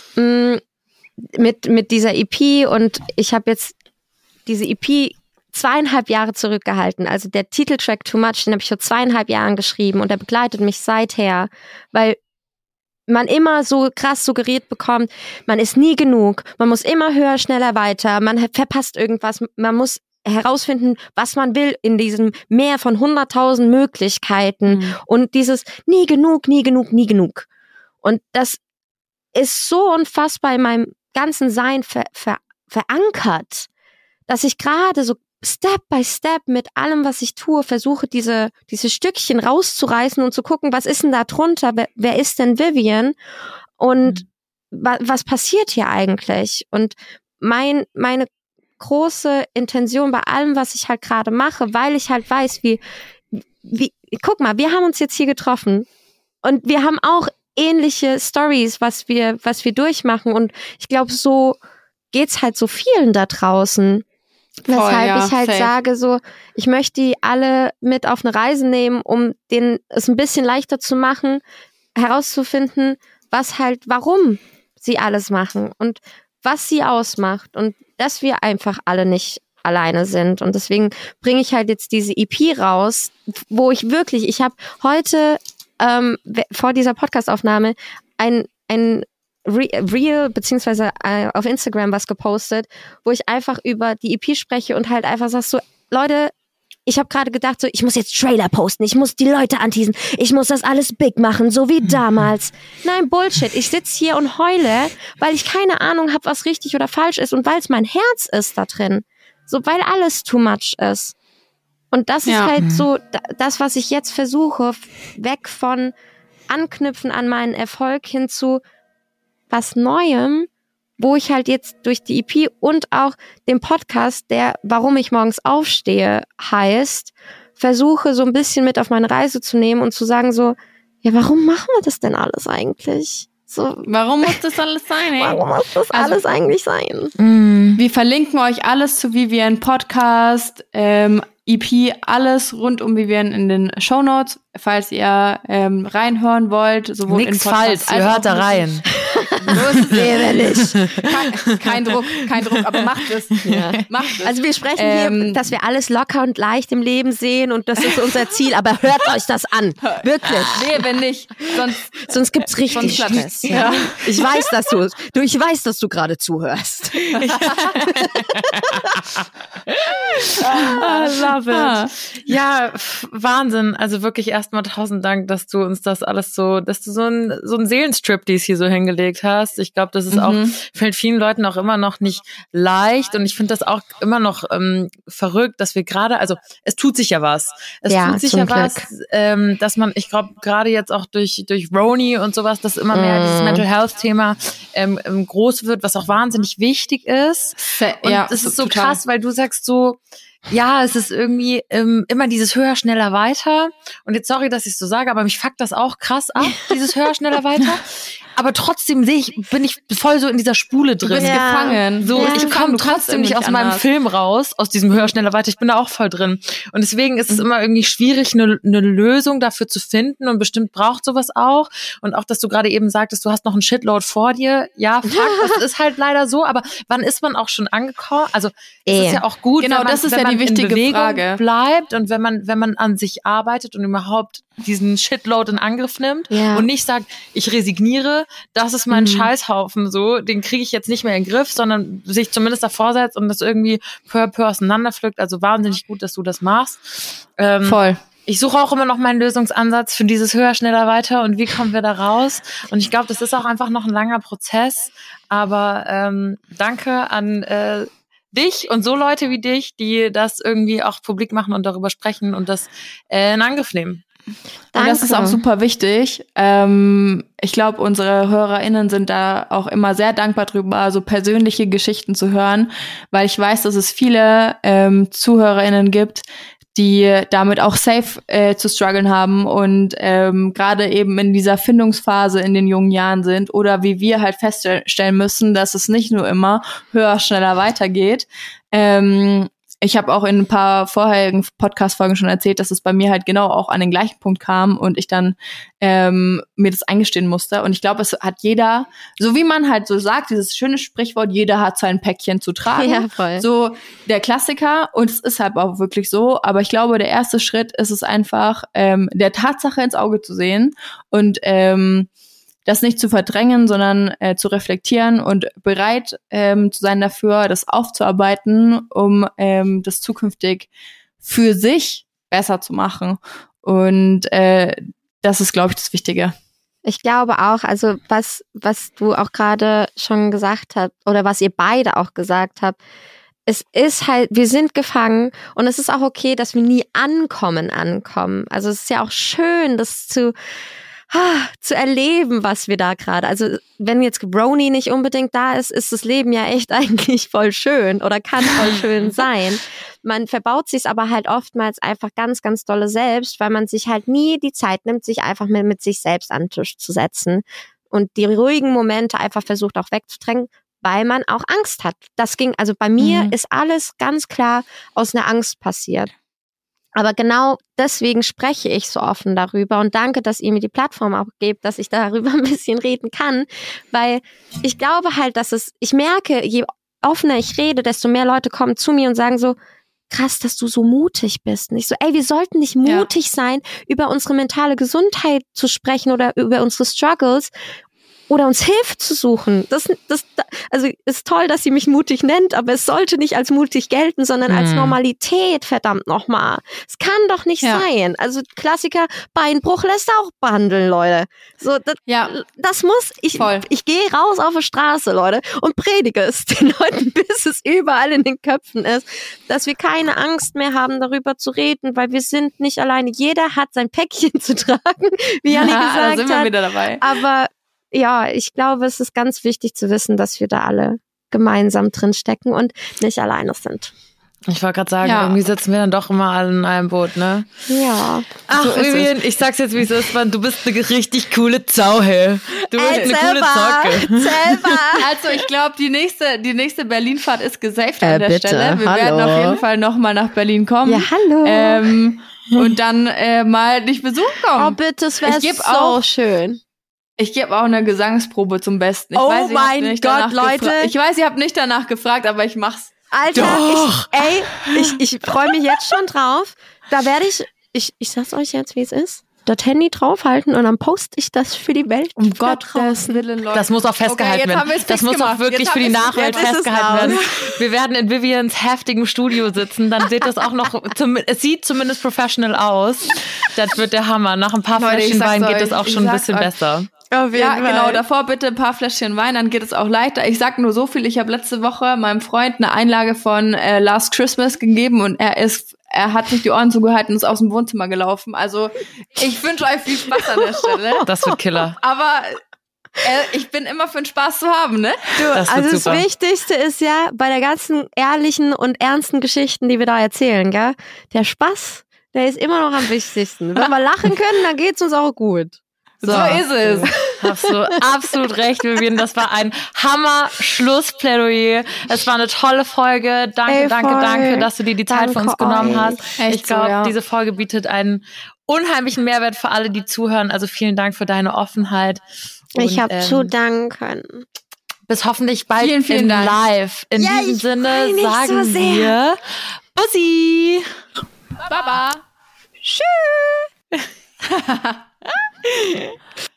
Mit dieser EP und ich habe jetzt diese EP 2,5 Jahre zurückgehalten. Also der Titeltrack Too Much, den habe ich vor 2,5 Jahren geschrieben und der begleitet mich seither, weil man immer so krass suggeriert bekommt, man ist nie genug, man muss immer höher, schneller, weiter, man verpasst irgendwas, man muss herausfinden, was man will in diesem Meer von 100.000 Möglichkeiten und dieses nie genug, nie genug, nie genug. Und das ist so unfassbar in meinem ganzen Sein verankert, dass ich gerade so Step by Step mit allem, was ich tue, versuche diese Stückchen rauszureißen und zu gucken, was ist denn da drunter, wer ist denn Vivian und was passiert hier eigentlich? Und meine große Intention bei allem, was ich halt gerade mache, weil ich halt weiß, wie guck mal, wir haben uns jetzt hier getroffen und wir haben auch ähnliche Stories, was wir ich machen und ich glaube, so geht's halt so vielen da draußen. Weshalb ich halt sage, so, ich möchte die alle mit auf eine Reise nehmen, um denen es ein bisschen leichter zu machen, herauszufinden, warum sie alles machen und was sie ausmacht und dass wir einfach alle nicht alleine sind. Und deswegen bringe ich halt jetzt diese EP raus, wo ich habe heute vor dieser Podcastaufnahme ein Reel beziehungsweise auf Instagram was gepostet, wo ich einfach über die EP spreche und halt einfach sag so, Leute, ich habe gerade gedacht, so, ich muss jetzt Trailer posten, ich muss die Leute anteasen, ich muss das alles big machen, so wie damals. Nein, Bullshit. Ich sitz hier und heule, weil ich keine Ahnung habe, was richtig oder falsch ist und weil es mein Herz ist da drin. So, weil alles too much ist. Und das ist halt so das, was ich jetzt versuche, weg von Anknüpfen an meinen Erfolg hin zu was Neuem, wo ich halt jetzt durch die EP und auch den Podcast, der Warum ich morgens aufstehe heißt, versuche so ein bisschen mit auf meine Reise zu nehmen und zu sagen so, ja, warum machen wir das denn alles eigentlich? So,
warum muss das alles sein, ey?
Warum muss das alles eigentlich sein?
Wir verlinken euch alles zu Vivian Podcast, EP, alles rund um Vivian in den Shownotes, falls ihr reinhören wollt. Sowohl
nix falsch, ihr hört da rein.
Kein Druck, aber macht es. Ja. Macht es.
Also wir sprechen hier, dass wir alles locker und leicht im Leben sehen und das ist unser Ziel, aber hört euch das an. Wirklich.
Nee, wenn nicht.
Sonst gibt's richtig Stress. Ja. Ich weiß, dass du gerade zuhörst.
Love it. Ja, Wahnsinn. Also wirklich erstmal 1000 Dank, dass du uns das alles dass du so ein Seelenstriptease hier so hingelegt hast. Ich glaube, das ist auch, fällt vielen Leuten auch immer noch nicht leicht und ich finde das auch immer noch verrückt, dass wir gerade, also es tut sich ja was. Dass man, ich glaube, gerade jetzt auch durch Roni und sowas, dass immer mehr dieses Mental Health Thema groß wird, was auch wahnsinnig wichtig ist. Und es ist so total krass, weil du sagst so, ja, es ist irgendwie immer dieses höher, schneller, weiter. Und jetzt sorry, dass ich so sage, aber mich fuckt das auch krass ab, dieses höher, schneller, weiter. Aber trotzdem bin ich voll so in dieser Spule drin.
Du bist gefangen.
So, ich komme trotzdem nicht aus meinem Film raus, aus diesem höher, schneller, weiter. Ich bin da auch voll drin. Und deswegen ist es immer irgendwie schwierig, eine Lösung dafür zu finden. Und bestimmt braucht sowas auch. Und auch, dass du gerade eben sagtest, du hast noch einen Shitload vor dir. Ja, fuck, das ist halt leider so. Aber wann ist man auch schon angekommen? Also, es ist ja auch gut,
genau, das ist ja die wichtige Frage.
Bleibt und wenn man an sich arbeitet und überhaupt diesen Shitload in Angriff nimmt und nicht sagt, ich resigniere, das ist mein Scheißhaufen, so, den kriege ich jetzt nicht mehr in den Griff, sondern sich zumindest davor setzt und das irgendwie peu à peu auseinanderpflückt. Also wahnsinnig gut, dass du das machst.
Voll.
Ich suche auch immer noch meinen Lösungsansatz für dieses höher, schneller, weiter und wie kommen wir da raus? Und ich glaube, das ist auch einfach noch ein langer Prozess, aber danke an dich und so Leute wie dich, die das irgendwie auch publik machen und darüber sprechen und das in Angriff nehmen.
Und das ist auch super wichtig. Ich glaube, unsere HörerInnen sind da auch immer sehr dankbar drüber, so persönliche Geschichten zu hören, weil ich weiß, dass es viele ZuhörerInnen gibt, die damit auch safe zu strugglen haben und gerade eben in dieser Findungsphase in den jungen Jahren sind oder wie wir halt feststellen müssen, dass es nicht nur immer höher, schneller weitergeht. Ich habe auch in ein paar vorherigen Podcast-Folgen schon erzählt, dass es bei mir halt genau auch an den gleichen Punkt kam und ich dann mir das eingestehen musste. Und ich glaube, es hat jeder, so wie man halt so sagt, dieses schöne Sprichwort, jeder hat sein Päckchen zu tragen.
Ja, voll.
So der Klassiker und es ist halt auch wirklich so. Aber ich glaube, der erste Schritt ist es einfach, der Tatsache ins Auge zu sehen und das nicht zu verdrängen, sondern zu reflektieren und bereit zu sein dafür, das aufzuarbeiten, um das zukünftig für sich besser zu machen. Und das ist, glaube ich, das Wichtige.
Ich glaube auch, also was du auch gerade schon gesagt hast oder was ihr beide auch gesagt habt, es ist halt, wir sind gefangen und es ist auch okay, dass wir nie ankommen. Also es ist ja auch schön, das zu erleben, was wir da gerade, also wenn jetzt Roni nicht unbedingt da ist, ist das Leben ja echt eigentlich voll schön oder kann voll schön sein. Man verbaut sich's aber halt oftmals einfach ganz, ganz dolle selbst, weil man sich halt nie die Zeit nimmt, sich einfach mit sich selbst an den Tisch zu setzen und die ruhigen Momente einfach versucht auch wegzudrängen, weil man auch Angst hat. Also bei mir ist alles ganz klar aus einer Angst passiert. Aber genau deswegen spreche ich so offen darüber und danke, dass ihr mir die Plattform auch gebt, dass ich darüber ein bisschen reden kann, weil ich glaube halt, ich merke, je offener ich rede, desto mehr Leute kommen zu mir und sagen so, krass, dass du so mutig bist. Und ich so, wir sollten nicht mutig sein, über unsere mentale Gesundheit zu sprechen oder über unsere Struggles. oder uns Hilfe zu suchen. Also ist toll, dass sie mich mutig nennt, aber es sollte nicht als mutig gelten, sondern als Normalität, verdammt nochmal. Es kann doch nicht sein. Also Klassiker, Beinbruch lässt auch behandeln, Leute. So, das muss, ich gehe raus auf die Straße, Leute, und predige es den Leuten, bis es überall in den Köpfen ist, dass wir keine Angst mehr haben, darüber zu reden, weil wir sind nicht alleine. Jeder hat sein Päckchen zu tragen, wie Janni gesagt hat. Da sind wir wieder dabei. Aber ja, ich glaube, es ist ganz wichtig zu wissen, dass wir da alle gemeinsam drin stecken und nicht alleine sind.
Ich wollte gerade sagen, irgendwie sitzen wir dann doch immer alle in einem Boot, ne?
Ja.
Ach, so Vivian, ich sag's jetzt, wie es ist, Mann. Du bist eine richtig coole Zauhe. Du bist eine coole Zocke.
Also, ich glaube, die nächste Berlin-Fahrt ist gesaved an der Stelle. Wir werden auf jeden Fall nochmal nach Berlin kommen.
Ja, hallo.
Und dann mal dich besuchen kommen.
Oh, bitte, es wäre so schön.
Ich gebe auch eine Gesangsprobe zum Besten.
Mein Gott, Leute.
Ich weiß, ihr habt nicht danach gefragt, aber ich mach's.
Alter, ich freue mich jetzt schon drauf. Da werde ich sag's euch jetzt, wie es ist. Das Handy draufhalten und dann poste ich das für die Welt.
Um Gottes Willen, Leute.
Das muss auch festgehalten werden. Das muss auch wirklich für die Nachwelt festgehalten werden. Wir werden in Vivians heftigem Studio sitzen, dann sieht das auch noch, es sieht zumindest professional aus. Das wird der Hammer. Nach ein paar Fläschchen Wein geht es auch schon ein bisschen besser.
Ja, genau. Davor bitte ein paar Fläschchen Wein, dann geht es auch leichter. Ich sag nur so viel. Ich habe letzte Woche meinem Freund eine Einlage von Last Christmas gegeben und er hat sich die Ohren zugehalten und ist aus dem Wohnzimmer gelaufen. Also ich wünsche euch viel Spaß an der Stelle.
Das wird Killer.
Aber ich bin immer für den Spaß zu haben, ne?
Das Wichtigste ist ja bei der ganzen ehrlichen und ernsten Geschichten, die wir da erzählen, gell? Der Spaß, der ist immer noch am wichtigsten. Wenn wir lachen können, dann geht's uns auch gut.
So ist es.
Hast du absolut recht, Vivian. Das war ein Hammer-Schlussplädoyer. Es war eine tolle Folge. Danke, dass du dir die Zeit für uns genommen hast. Ich glaube, diese Folge bietet einen unheimlichen Mehrwert für alle, die zuhören. Also vielen Dank für deine Offenheit.
Ich habe zu danken.
Bis hoffentlich bald vielen Dank. Live. In diesem Sinne sagen wir Bussi.
Baba.
Tschüss.